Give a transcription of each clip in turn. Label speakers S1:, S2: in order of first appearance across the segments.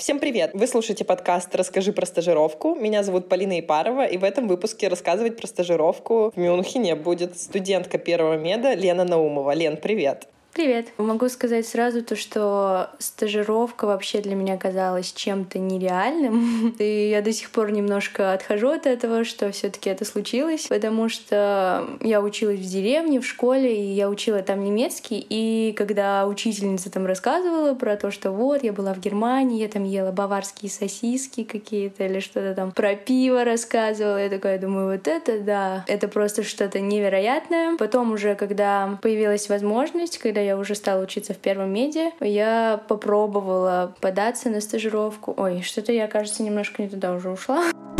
S1: Всем привет! Вы слушаете подкаст «Расскажи про стажировку». Меня зовут Полина Ипарова, и в этом выпуске рассказывать про стажировку в Мюнхене будет студентка первого меда Лена Наумова. Лен, привет!
S2: Привет! Могу сказать сразу то, что стажировка вообще для меня казалась чем-то нереальным. И я до сих пор немножко отхожу от этого, что все-таки это случилось, потому что я училась в деревне, в школе, и я учила там немецкий. И когда учительница там рассказывала про то, что вот, я была в Германии, я там ела баварские сосиски какие-то или что-то там про пиво рассказывала, я такая думаю, вот это да, это просто что-то невероятное. Потом уже, когда появилась возможность, когда я уже стала учиться в первом меде, я попробовала податься на стажировку. Ой, что-то я, кажется, немножко не туда уже ушла.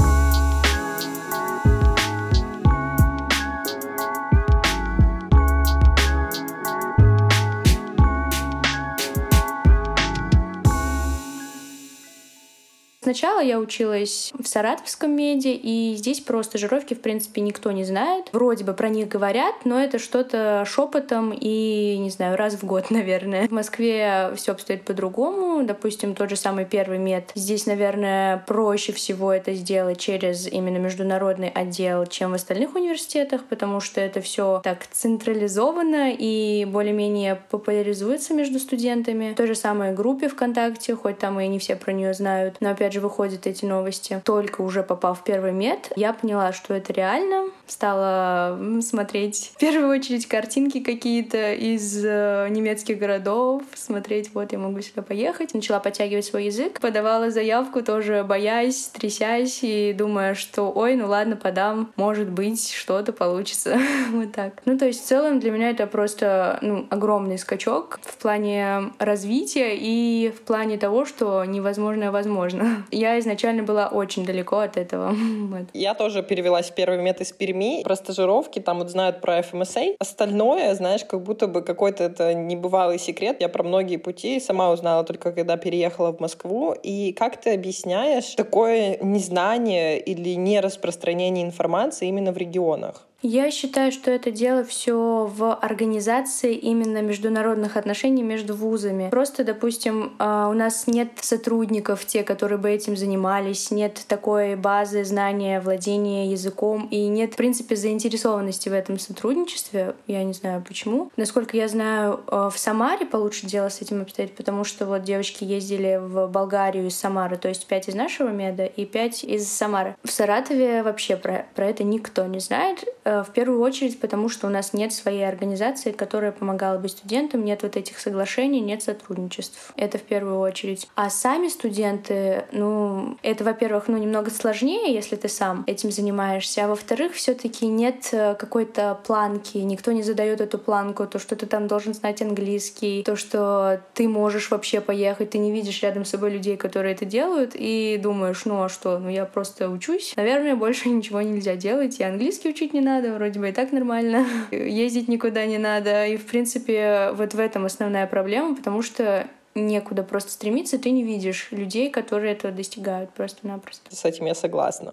S2: Сначала я училась в Саратовском меде, и здесь про стажировки, в принципе, никто не знает. Вроде бы про них говорят, но это что-то шепотом и, не знаю, раз в год, наверное. В Москве все обстоит по-другому. Допустим, тот же самый первый мед. Здесь, наверное, проще всего это сделать через именно международный отдел, чем в остальных университетах, потому что это все так централизовано и более-менее популяризуется между студентами. В той же самой группе ВКонтакте, хоть там и не все про нее знают, но опять же выходят эти новости. Только уже попав в первый мед, я поняла, что это реально. Стала смотреть в первую очередь картинки какие-то из немецких городов, смотреть, вот я могу сюда поехать. Начала подтягивать свой язык, подавала заявку тоже боясь, трясясь и думая, что ой, ну ладно, подам, может быть, что-то получится. Вот так. Ну, то есть в целом для меня это просто огромный скачок в плане развития и в плане того, что невозможное возможно. Я изначально была очень далеко от этого. Вот.
S1: Я тоже перевелась в первый мед из Перми. Про стажировки там вот знают про FMSA. Остальное, знаешь, как будто бы какой-то это небывалый секрет. Я про многие пути сама узнала только когда переехала в Москву. И как ты объясняешь такое незнание или нераспространение информации именно в регионах?
S2: Я считаю, что это дело все в организации именно международных отношений между вузами. Просто, допустим, у нас нет сотрудников, те, которые бы этим занимались, нет такой базы знания, владения языком, и нет, в принципе, заинтересованности в этом сотрудничестве. Я не знаю почему. Насколько я знаю, в Самаре получше дело с этим обстоит, потому что вот девочки ездили в Болгарию из Самары, то есть 5 из нашего меда и 5 из Самары. В Саратове вообще про это никто не знает. В первую очередь, потому что у нас нет своей организации, которая помогала бы студентам, нет вот этих соглашений, нет сотрудничеств. Это в первую очередь. А сами студенты, это, во-первых, немного сложнее, если ты сам этим занимаешься, а во-вторых, все-таки нет какой-то планки, никто не задает эту планку, то, что ты там должен знать английский, то, что ты можешь вообще поехать, ты не видишь рядом с собой людей, которые это делают, и думаешь, а что, я просто учусь, наверное, больше ничего нельзя делать, и английский учить не надо, вроде бы и так нормально. Ездить никуда не надо. И, в принципе, вот в этом основная проблема, потому что некуда просто стремиться, ты не видишь людей, которые этого достигают просто-напросто.
S1: С этим я согласна.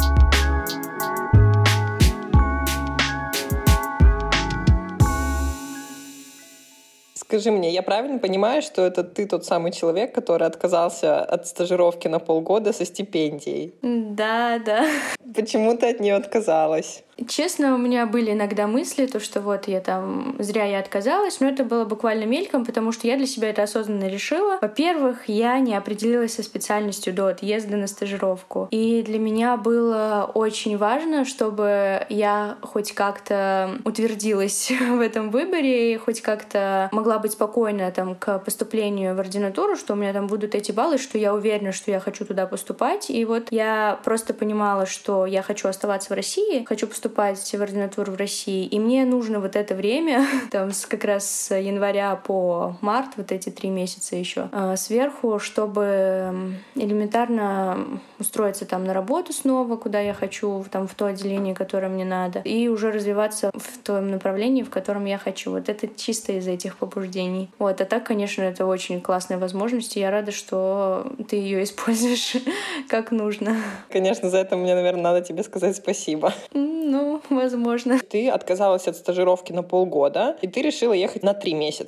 S1: Скажи мне, я правильно понимаю, что это ты тот самый человек, который отказался от стажировки на полгода со стипендией?
S2: Да.
S1: Почему ты от нее отказалась?
S2: Честно, у меня были иногда мысли, то, что вот зря я отказалась, но это было буквально мельком, потому что я для себя это осознанно решила. Во-первых, я не определилась со специальностью до отъезда на стажировку. И для меня было очень важно, чтобы я хоть как-то утвердилась в этом выборе и хоть как-то могла быть спокойна к поступлению в ординатуру, что у меня там будут эти баллы, что я уверена, что я хочу туда поступать. И вот я просто понимала, что я хочу оставаться в России, хочу поступать в ординатуру в России, и мне нужно вот это время, как раз с января по март, вот эти 3 месяца еще сверху, чтобы элементарно устроиться на работу снова, куда я хочу, в то отделение, которое мне надо, и уже развиваться в том направлении, в котором я хочу. Вот это чисто из этих побуждений. Вот. А так, конечно, это очень классная возможность, и я рада, что ты ее используешь как нужно.
S1: Конечно, за это мне, наверное, надо тебе сказать спасибо.
S2: Возможно.
S1: Ты отказалась от стажировки на полгода, и ты решила ехать на 3 месяца.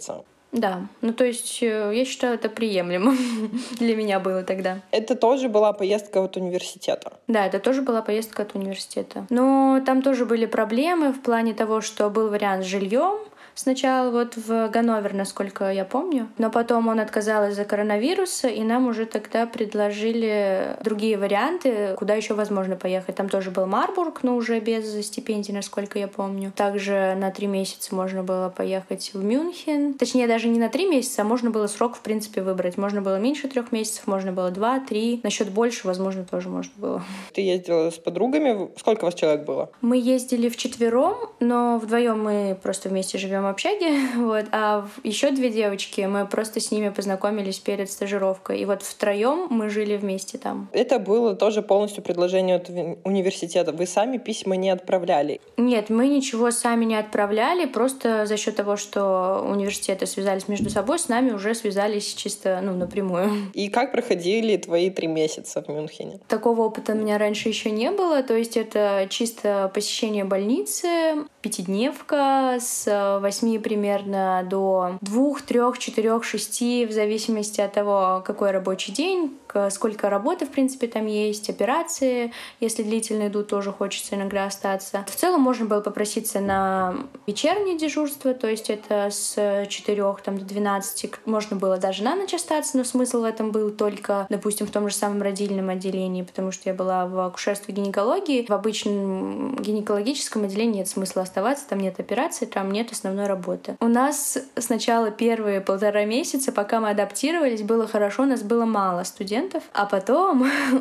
S2: Да, ну то есть я считаю, это приемлемо для меня было тогда.
S1: Это тоже была поездка от университета?
S2: Да, это тоже была поездка от университета. Но там тоже были проблемы в плане того, что был вариант с жильем. Сначала вот в Ганновер, насколько я помню. Но потом он отказал из-за коронавируса, и нам уже тогда предложили другие варианты, куда еще возможно поехать. Там тоже был Марбург, но уже без стипендий, насколько я помню. Также на 3 месяца можно было поехать в Мюнхен. Точнее, даже не на 3 месяца, а можно было срок, в принципе, выбрать. Можно было меньше 3 месяцев, можно было 2, 3. Насчет больше, возможно, тоже можно было.
S1: Ты ездила с подругами? Сколько у вас человек было?
S2: Мы ездили вчетвером, но вдвоем мы просто вместе живем в общаге, вот, а еще 2 девочки, мы просто с ними познакомились перед стажировкой, и вот втроем мы жили вместе там.
S1: Это было тоже полностью предложение от университета. Вы сами письма не отправляли?
S2: Нет, мы ничего сами не отправляли, просто за счет того, что университеты связались между собой, с нами уже связались чисто, напрямую.
S1: И как проходили твои 3 месяца в Мюнхене?
S2: Такого опыта у меня раньше еще не было, то есть это чисто посещение больницы, 5-дневка с 8 примерно до 2, 3, 4, 6, в зависимости от того, какой рабочий день, сколько работы, в принципе, там есть, операции, если длительно идут, тоже хочется иногда остаться. В целом можно было попроситься на вечернее дежурство, то есть это с 4 до 12, можно было даже на ночь остаться, но смысл в этом был только, допустим, в том же самом родильном отделении, потому что я была в акушерстве и гинекологии. В обычном гинекологическом отделении нет смысла оставаться, там нет операции, там нет основной работы. У нас сначала первые 1,5 месяца, пока мы адаптировались, было хорошо, у нас было мало студентов, а потом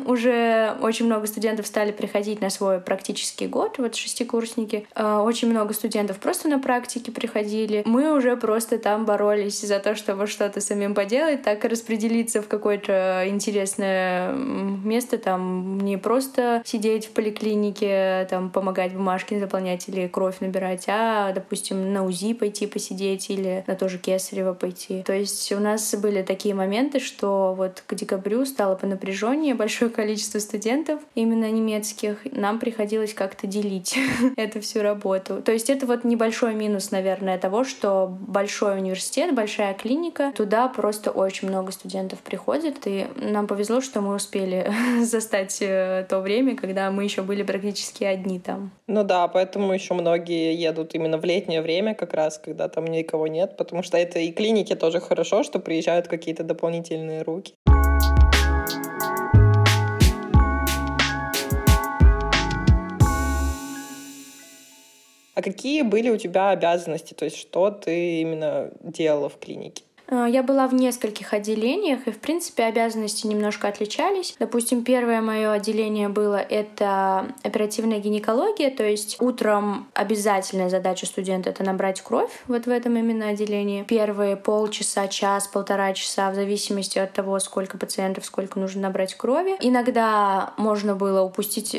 S2: уже очень много студентов стали приходить на свой практический год, вот 6-курсники. Очень много студентов просто на практике приходили. Мы уже просто там боролись за то, чтобы что-то самим поделать, так и распределиться в какое-то интересное место, там не просто сидеть в поликлинике, там помогать бумажки заполнять или кровь набирать, а, допустим, на УЗИ пойти посидеть или на то же Кесарево пойти. То есть у нас были такие моменты, что вот к декабрю стало понапряженнее, большое количество студентов, именно немецких, нам приходилось как-то делить эту всю работу. То есть это вот небольшой минус, наверное, того, что большой университет, большая клиника, туда просто очень много студентов приходит, и нам повезло, что мы успели застать то время, когда мы еще были практически одни там.
S1: Ну да, поэтому еще многие едут именно в летнее время, как раз, когда там никого нет, потому что это и клинике тоже хорошо, что приезжают какие-то дополнительные руки. А какие были у тебя обязанности? То есть что ты именно делала в клинике?
S2: Я была в нескольких отделениях, и, в принципе, обязанности немножко отличались. Допустим, первое мое отделение было — это оперативная гинекология, то есть утром обязательная задача студента — это набрать кровь вот в этом именно отделении. Первые полчаса, час, 1,5 часа, в зависимости от того, сколько пациентов, сколько нужно набрать крови. Иногда можно было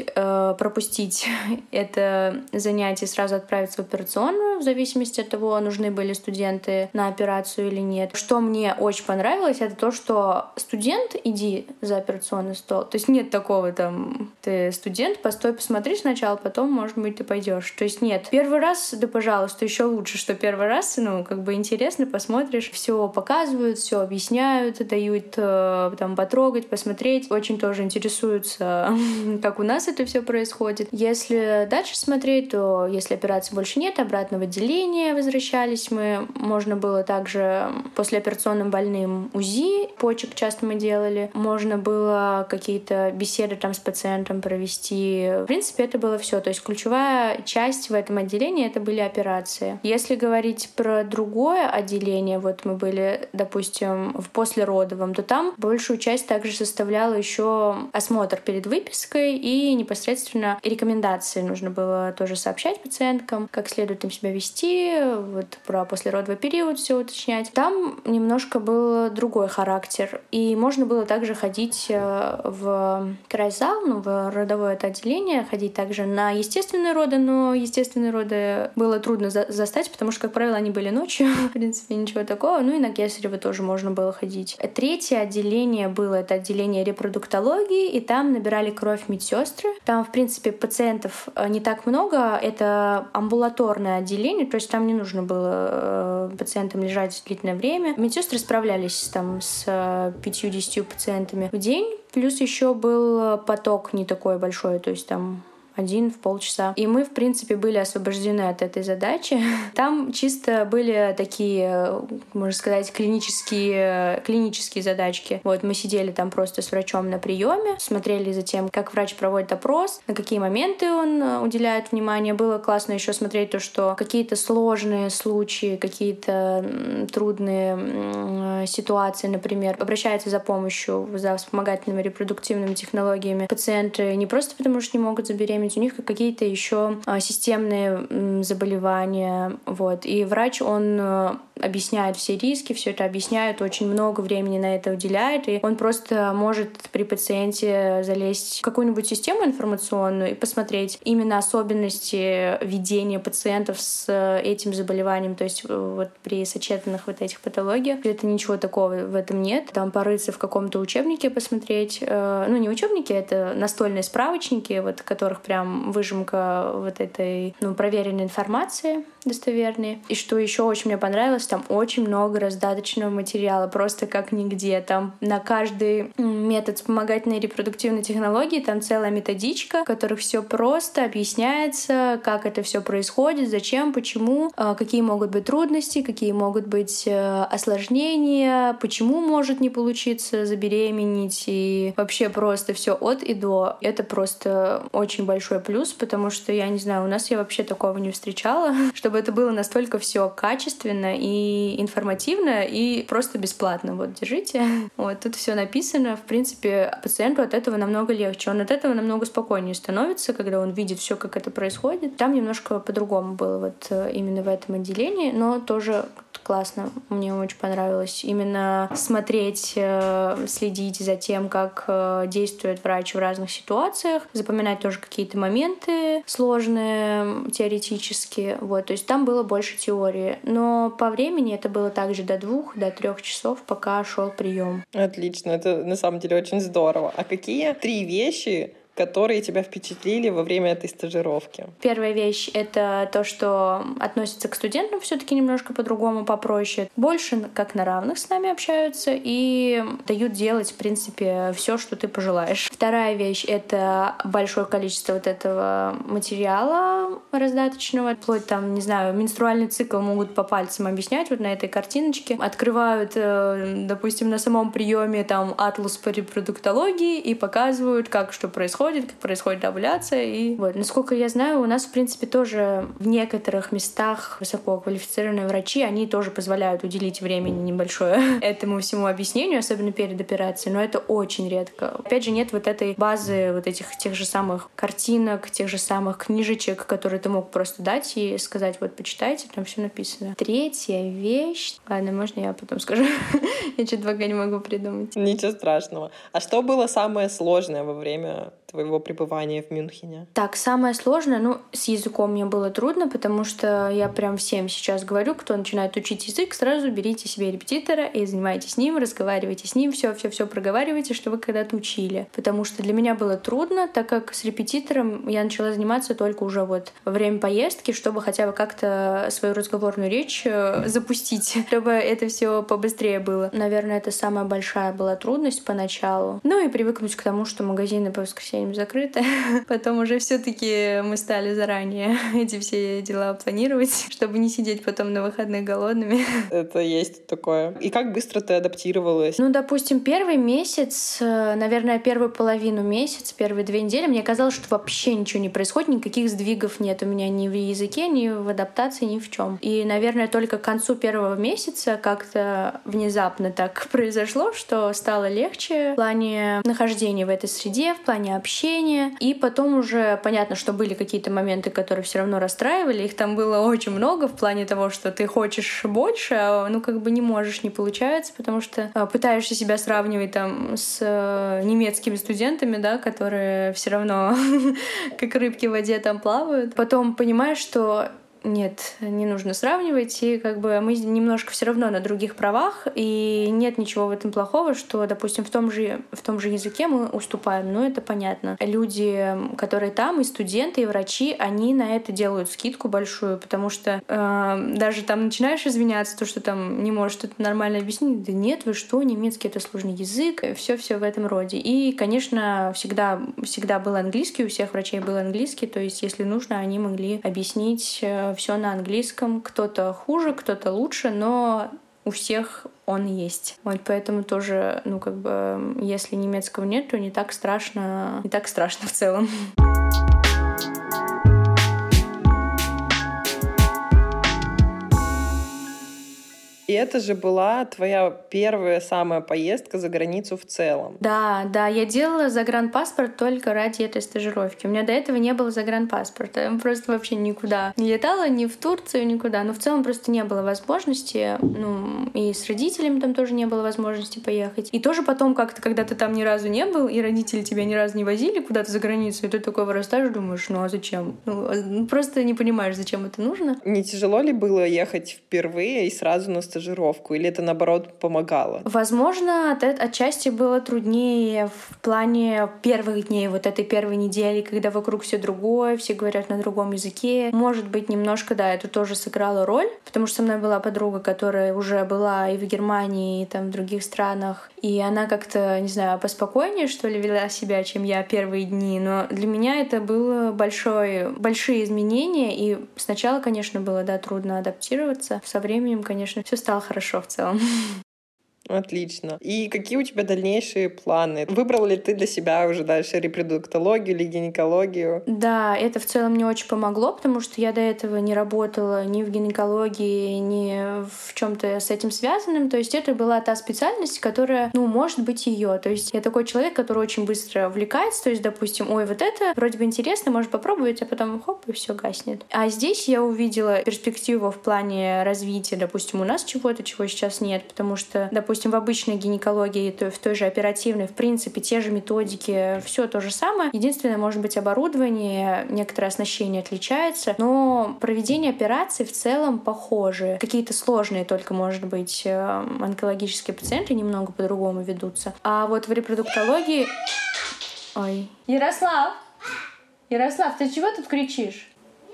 S2: пропустить это занятие, сразу отправиться в операционную, в зависимости от того, нужны были студенты на операцию или нет. Что мне очень понравилось, это то, что студент, иди за операционный стол. То есть нет такого там, ты студент, постой, посмотри сначала, потом, может быть, ты пойдешь. То есть нет. Первый раз, да, пожалуйста, еще лучше, что первый раз, интересно, посмотришь, все показывают, все объясняют, дают там потрогать, посмотреть. Очень тоже интересуются, как у нас это все происходит. Если дальше смотреть, то если операции больше нет, обратно в отделение возвращались мы. Можно было также послеоперационным больным УЗИ почек часто мы делали. Можно было какие-то беседы там с пациентом провести. В принципе, это было все. То есть ключевая часть в этом отделении — это были операции. Если говорить про другое отделение, вот мы были, допустим, в послеродовом, то там большую часть также составляла еще осмотр перед выпиской и непосредственно рекомендации. Нужно было тоже сообщать пациенткам, как следует им себя вести, вот про послеродовый период все уточнять. Там немножко был другой характер. И можно было также ходить в крайзал, в родовое это отделение, ходить также на естественные роды, но естественные роды было трудно застать, потому что, как правило, они были ночью. В принципе, ничего такого. И на Кесарево тоже можно было ходить. Третье отделение было, это отделение репродуктологии, и там набирали кровь медсестры. Там, в принципе, пациентов не так много. Это амбулаторное отделение, отделение, то есть там не нужно было пациентам лежать длительное время. Медсестры справлялись там с 50 пациентами в день, плюс еще был поток не такой большой, то есть там 1 в полчаса. И мы, в принципе, были освобождены от этой задачи. Там чисто были такие, можно сказать, клинические задачки. Вот мы сидели там просто с врачом на приеме, смотрели за тем, как врач проводит опрос, на какие моменты он уделяет внимание. Было классно еще смотреть то, что какие-то сложные случаи, какие-то трудные ситуации, например, обращаются за помощью, за вспомогательными репродуктивными технологиями пациенты не просто потому, что не могут забеременеть, у них какие-то еще системные заболевания. Вот. И врач, он объясняет все риски, все это объясняет, очень много времени на это уделяет, и он просто может при пациенте залезть в какую-нибудь систему информационную и посмотреть именно особенности ведения пациентов с этим заболеванием. То есть вот при сочетанных вот этих патологиях это ничего такого в этом нет. Там порыться в каком-то учебнике посмотреть. Ну, не учебники, это настольные справочники, вот которых прям выжимка вот этой проверенной информации достоверной. И что еще очень мне понравилось, там очень много раздаточного материала, просто как нигде. Там на каждый метод вспомогательной репродуктивной технологии там целая методичка, в которой все просто объясняется, как это все происходит, зачем, почему, какие могут быть трудности, какие могут быть осложнения, почему может не получиться забеременеть, и вообще просто все от и до. Это просто очень большой плюс, потому что, я не знаю, у нас я вообще такого не встречала, чтобы это было настолько все качественно и информативно, и просто бесплатно. Вот, держите. Вот, тут все написано. В принципе, пациенту от этого намного легче. Он от этого намного спокойнее становится, когда он видит все, как это происходит. Там немножко по-другому было вот именно в этом отделении, но тоже классно. Мне очень понравилось именно смотреть, следить за тем, как действует врач в разных ситуациях, запоминать тоже какие-то моменты сложные теоретически. Вот. То есть там было больше теории. Но по времени это было также до 2-3 часов, пока шел прием.
S1: Отлично, это на самом деле очень здорово. А какие 3 вещи, которые тебя впечатлили во время этой стажировки?
S2: Первая вещь — это то, что относится к студентам все-таки немножко по-другому, попроще. Больше как на равных с нами общаются и дают делать, в принципе, все, что ты пожелаешь. Вторая вещь — это большое количество вот этого материала раздаточного. Вплоть там, не знаю, менструальный цикл могут по пальцам объяснять вот на этой картиночке. Открывают, допустим, на самом приеме там атлас по репродуктологии и показывают, как что происходит, как происходит овуляция. И вот, насколько я знаю, у нас, в принципе, тоже в некоторых местах высококвалифицированные врачи, они тоже позволяют уделить времени небольшое этому всему объяснению, особенно перед операцией, но это очень редко. Опять же, нет вот этой базы, вот этих тех же самых картинок, тех же самых книжечек, которые ты мог просто дать и сказать, вот, почитайте, там все написано. Третья вещь... Ладно, можно я потом скажу? Я что-то пока не могу придумать.
S1: Ничего страшного. А что было самое сложное во время твоего пребывания в Мюнхене?
S2: Так, самое сложное, с языком мне было трудно, потому что я прям всем сейчас говорю, кто начинает учить язык, сразу берите себе репетитора и занимайтесь с ним, разговаривайте с ним, все проговаривайте, что вы когда-то учили. Потому что для меня было трудно, так как с репетитором я начала заниматься только уже вот во время поездки, чтобы хотя бы как-то свою разговорную речь запустить, чтобы это все побыстрее было. Наверное, это самая большая была трудность поначалу. Ну и привыкнуть к тому, что магазины по воскресеньям закрыты. Потом уже все-таки мы стали заранее эти все дела планировать, чтобы не сидеть потом на выходных голодными.
S1: Это есть такое. И как быстро ты адаптировалась?
S2: Допустим, первый месяц, наверное, первую половину месяца, первые 2 недели, мне казалось, что вообще ничего не происходит, никаких сдвигов нет у меня ни в языке, ни в адаптации, ни в чем. И, наверное, только к концу первого месяца как-то внезапно так произошло, что стало легче в плане нахождения в этой среде, в плане общения. И потом уже понятно, что были какие-то моменты, которые все равно расстраивали. Их там было очень много в плане того, что ты хочешь больше, а не можешь, не получается, потому что пытаешься себя сравнивать там с немецкими студентами, да, которые все равно как рыбки в воде там плавают. Потом понимаешь, что нет, не нужно сравнивать, и как бы мы немножко все равно на других правах, и нет ничего в этом плохого, что, допустим, в том же языке мы уступаем, ну это понятно. Люди, которые там, и студенты, и врачи, они на это делают скидку большую, потому что даже там начинаешь извиняться, то, что там не можешь что-то нормально объяснить, да нет, вы что, немецкий — это сложный язык, все в этом роде. И, конечно, всегда был английский, у всех врачей был английский, то есть, если нужно, они могли объяснить все на английском. Кто-то хуже, кто-то лучше, но у всех он есть. Вот поэтому тоже, ну, как бы, если немецкого нет, то не так страшно в целом.
S1: И это же была твоя первая самая поездка за границу в целом.
S2: Да, я делала загранпаспорт только ради этой стажировки. У меня до этого не было загранпаспорта. Я просто вообще никуда не летала, ни в Турцию, никуда. Но в целом просто не было возможности. Ну, и с родителями там тоже не было возможности поехать. И тоже потом как-то, когда ты там ни разу не был, и родители тебя ни разу не возили куда-то за границу, и ты такой вырастаешь, думаешь, ну а зачем? Ну, просто не понимаешь, зачем это нужно.
S1: Не тяжело ли было ехать впервые и сразу на стажировку, или это, наоборот, помогало?
S2: Возможно, отчасти было труднее в плане первых дней, вот этой первой недели, когда вокруг все другое, все говорят на другом языке. Может быть, немножко, да, это тоже сыграло роль, потому что со мной была подруга, которая уже была и в Германии, и там в других странах, и она как-то, не знаю, поспокойнее, что ли, вела себя, чем я первые дни, но для меня это было большие изменения, и сначала, конечно, было, да, трудно адаптироваться. Со временем, конечно, все стало хорошо в целом.
S1: Отлично. И какие у тебя дальнейшие планы? Выбрал ли ты для себя уже дальше репродуктологию или гинекологию?
S2: Да, это в целом мне очень помогло, потому что я до этого не работала ни в гинекологии, ни в чем-то с этим связанном. То есть это была та специальность, которая, ну, может быть, ее. То есть я такой человек, который очень быстро увлекается. То есть, допустим, ой, вот это вроде бы интересно, может попробовать, а потом хоп, и все гаснет. А здесь я увидела перспективу в плане развития, допустим, у нас чего-то, чего сейчас нет, потому что, допустим, в обычной гинекологии, то в той же оперативной, в принципе, те же методики, все то же самое. Единственное, может быть, оборудование, некоторое оснащение отличается, но проведение операций в целом похожи. Какие-то сложные только, может быть, онкологические пациенты немного по-другому ведутся. А вот в репродуктологии... Ой. Ярослав, ты чего тут кричишь?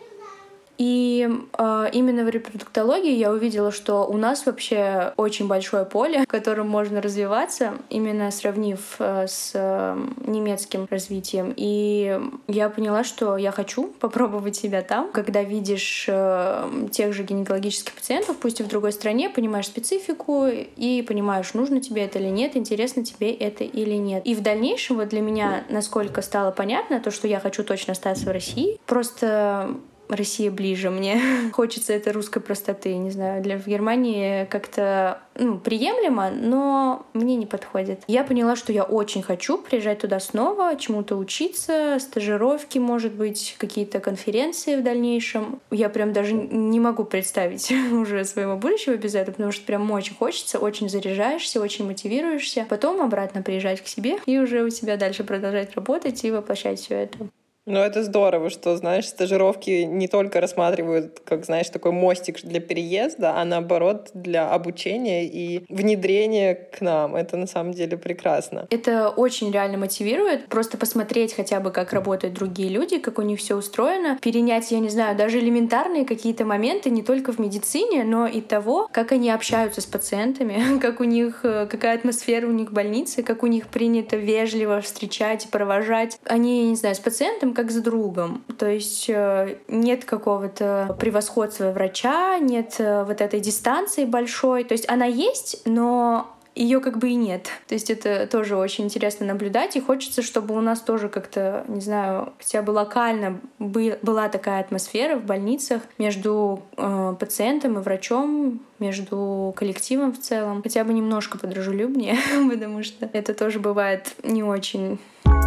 S2: И именно в репродуктологии я увидела, что у нас вообще очень большое поле, в котором можно развиваться, именно сравнив с немецким развитием. И я поняла, что я хочу попробовать себя там. Когда видишь тех же гинекологических пациентов, пусть и в другой стране, понимаешь специфику и понимаешь, нужно тебе это или нет, интересно тебе это или нет. И в дальнейшем вот для меня, насколько стало понятно, то, что я хочу точно остаться в России, просто... Россия ближе мне. Хочется этой русской простоты, не знаю. В Германии как-то приемлемо, но мне не подходит. Я поняла, что я очень хочу приезжать туда снова, чему-то учиться, стажировки, может быть, какие-то конференции в дальнейшем. Я прям даже не могу представить уже своего будущего без этого, потому что прям очень хочется, очень заряжаешься, очень мотивируешься. Потом обратно приезжать к себе и уже у себя дальше продолжать работать и воплощать все это.
S1: Ну, это здорово, что, знаешь, стажировки не только рассматривают, как, знаешь, такой мостик для переезда, а наоборот для обучения и внедрения к нам. Это на самом деле прекрасно.
S2: Это очень реально мотивирует. Просто посмотреть хотя бы, как работают другие люди, как у них все устроено. Перенять, я не знаю, даже элементарные какие-то моменты не только в медицине, но и того, как они общаются с пациентами, как у них, какая атмосфера у них в больнице, как у них принято вежливо встречать и провожать. Они, не знаю, с пациентом как с другом. То есть нет какого-то превосходства врача, нет вот этой дистанции большой. То есть она есть, но ее как бы и нет. То есть это тоже очень интересно наблюдать, и хочется, чтобы у нас тоже как-то, не знаю, хотя бы локально была такая атмосфера в больницах между пациентом и врачом, между коллективом в целом. Хотя бы немножко подружелюбнее, потому что это тоже бывает не очень...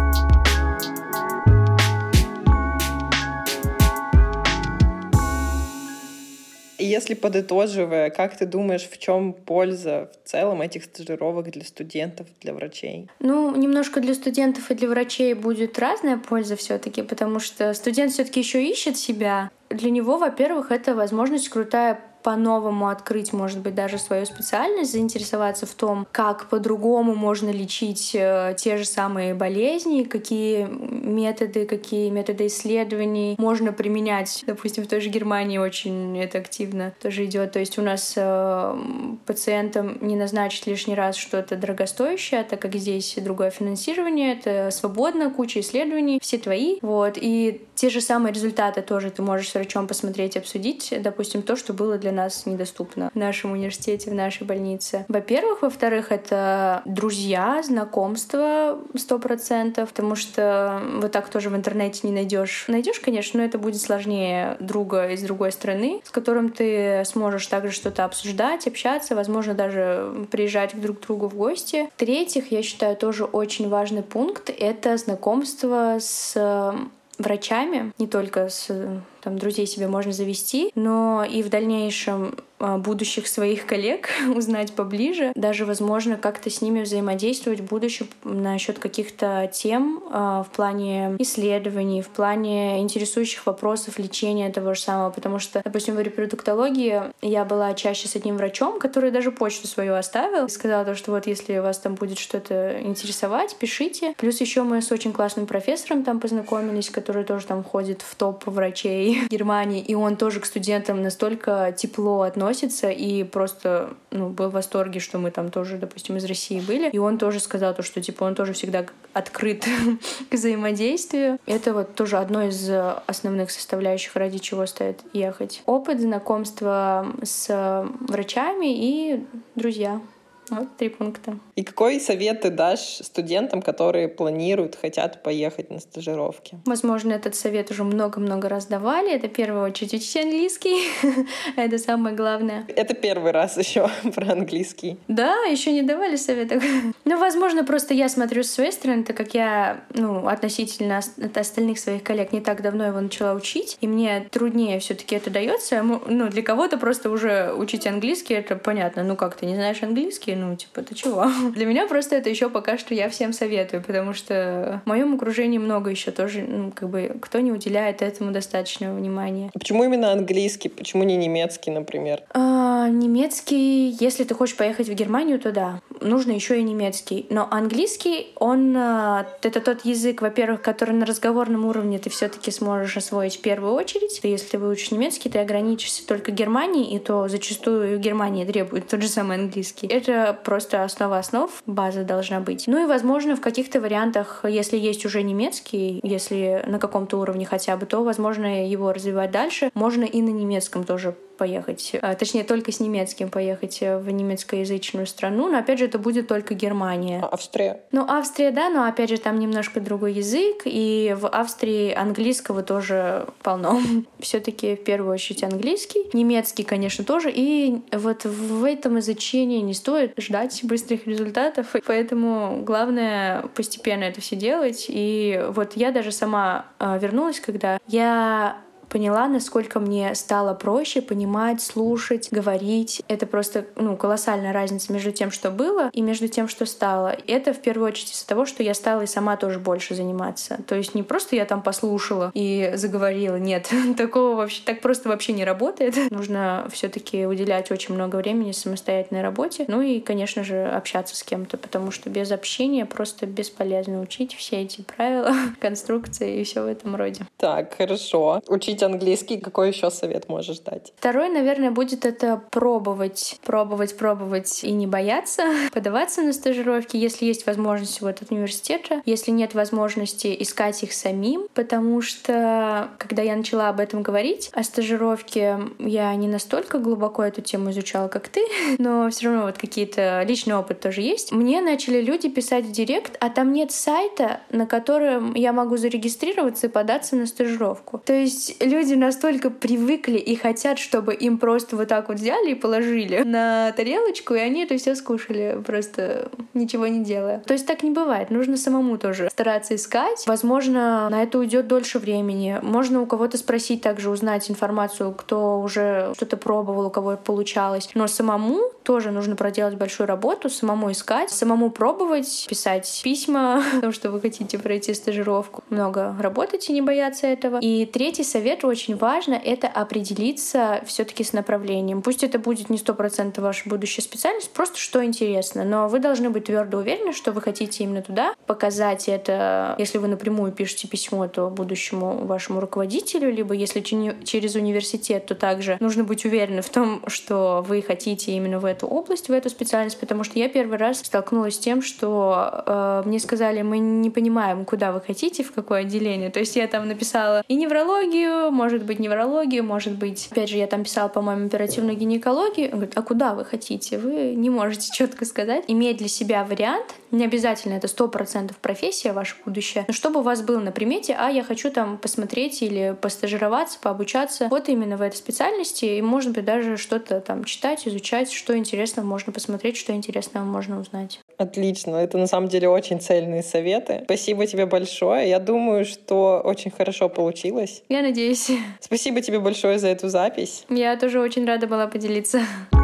S1: Если подытоживая, как ты думаешь, в чем польза в целом этих стажировок для студентов, для врачей?
S2: Ну, немножко для студентов и для врачей будет разная польза все-таки, потому что студент все-таки еще ищет себя. для него, во-первых, это возможность крутая по-новому открыть, может быть, даже свою специальность, заинтересоваться в том, как по-другому можно лечить те же самые болезни, какие методы исследований можно применять. Допустим, в той же Германии очень это активно тоже идет. То есть у нас пациентам не назначить лишний раз что-то дорогостоящее, так как здесь другое финансирование, это свободно, куча исследований, все твои. Вот. И те же самые результаты тоже ты можешь с врачом посмотреть, обсудить. Допустим, то, что было для нас недоступно в нашем университете, в нашей больнице. Во-первых. Во-вторых, это друзья, знакомства 100%, потому что вот так тоже в интернете не найдешь. Найдешь, конечно, но это будет сложнее друга из другой страны, с которым ты сможешь также что-то обсуждать, общаться, возможно, даже приезжать друг к другу в гости. В-третьих, я считаю, тоже очень важный пункт — это знакомство с врачами, не только с друзей себе можно завести, но и в дальнейшем будущих своих коллег узнать поближе, даже, возможно, как-то с ними взаимодействовать в будущем насчет каких-то тем в плане исследований, в плане интересующих вопросов лечения того же самого, потому что, допустим, в репродуктологии я была чаще с одним врачом, который даже почту свою оставил и сказал, что вот если вас там будет что-то интересовать, пишите. Плюс еще мы с очень классным профессором там познакомились, который тоже там входит в топ врачей Германии, и он тоже к студентам настолько тепло относится и просто был в восторге, что мы там тоже, допустим, из России были. И он тоже сказал то, что он тоже всегда открыт к взаимодействию. Это вот тоже одно из основных составляющих, ради чего стоит ехать. Опыт, знакомства с врачами и друзья. Вот 3 пункта.
S1: И какой совет ты дашь студентам, которые планируют, хотят поехать на стажировки?
S2: Возможно, этот совет уже много-много раз давали. Это в первую очередь учить английский. Это самое главное.
S1: Это первый раз еще про английский.
S2: Да, еще не давали советов. Ну, возможно, просто я смотрю с своей стороны, так как я, относительно от остальных своих коллег не так давно его начала учить, и мне труднее все-таки это дается. Для кого-то просто уже учить английский, это понятно. Как ты не знаешь английский? Ты чего? Для меня просто это еще пока что я всем советую, потому что в моем окружении много еще тоже, кто не уделяет этому достаточного внимания.
S1: Почему именно английский? Почему не немецкий, например?
S2: Немецкий, если ты хочешь поехать в Германию, то да, нужно еще и немецкий. Но английский, это тот язык, во-первых, который на разговорном уровне ты все-таки сможешь освоить в первую очередь. Если ты выучишь немецкий, ты ограничишься только Германией, и то зачастую Германия требует тот же самый английский. Это просто основа основ, база должна быть. И, возможно, в каких-то вариантах, если есть уже немецкий, если на каком-то уровне хотя бы, то, возможно, его развивать дальше. Можно и на немецком тоже поехать, точнее, только с немецким поехать в немецкоязычную страну, но, опять же, это будет только Германия.
S1: Австрия?
S2: Австрия, да, но, опять же, там немножко другой язык, и в Австрии английского тоже полно. Все-таки в первую очередь английский, немецкий, конечно, тоже, и вот в этом изучении не стоит ждать быстрых результатов, поэтому главное постепенно это все делать, и вот я даже сама вернулась, когда я поняла, насколько мне стало проще понимать, слушать, говорить. Это просто колоссальная разница между тем, что было, и между тем, что стало. Это в первую очередь из-за того, что я стала и сама тоже больше заниматься. То есть не просто я там послушала и заговорила. Нет, такого вообще так просто вообще не работает. Нужно все-таки уделять очень много времени самостоятельной работе. И, конечно же, общаться с кем-то, потому что без общения просто бесполезно учить все эти правила, конструкции и все в этом роде.
S1: Так, хорошо. Учить английский, какой еще совет можешь дать?
S2: Второй, наверное, будет это пробовать и не бояться, подаваться на стажировки, если есть возможность от университета, если нет возможности искать их самим, потому что, когда я начала об этом говорить, о стажировке, я не настолько глубоко эту тему изучала, как ты, но все равно какие-то личный опыт тоже есть. Мне начали люди писать в директ, а там нет сайта, на котором я могу зарегистрироваться и податься на стажировку. То есть люди настолько привыкли и хотят, чтобы им просто вот так вот взяли и положили на тарелочку, и они это все скушали, просто ничего не делая. То есть так не бывает. Нужно самому тоже стараться искать. Возможно, на это уйдет дольше времени. Можно у кого-то спросить, также узнать информацию, кто уже что-то пробовал, у кого получалось. Но самому тоже нужно проделать большую работу, самому искать, самому пробовать, писать письма о том, что вы хотите пройти стажировку. Много работать и не бояться этого. И третий совет, совет очень важно — это определиться все-таки с направлением. Пусть это будет не 100% ваша будущая специальность, просто что интересно, но вы должны быть твердо уверены, что вы хотите именно туда, показать это, если вы напрямую пишете письмо, то будущему вашему руководителю, либо если через университет, то также нужно быть уверены в том, что вы хотите именно в эту область, в эту специальность, потому что я первый раз столкнулась с тем, что мне сказали, мы не понимаем, куда вы хотите, в какое отделение. То есть я там написала и неврологию, может быть, опять же, я там писала, по-моему, оперативную гинекологию. Он говорит, а куда вы хотите? Вы не можете четко сказать. Иметь для себя вариант, не обязательно это 100% профессия ваша будущая, но чтобы у вас был на примете, я хочу там посмотреть или постажироваться, пообучаться вот именно в этой специальности, и, может быть, даже что-то там читать, изучать, что интересного можно посмотреть, что интересного можно узнать.
S1: Отлично. Это на самом деле очень цельные советы. Спасибо тебе большое. Я думаю, что очень хорошо получилось.
S2: Я надеюсь.
S1: Спасибо тебе большое за эту запись.
S2: Я тоже очень рада была поделиться.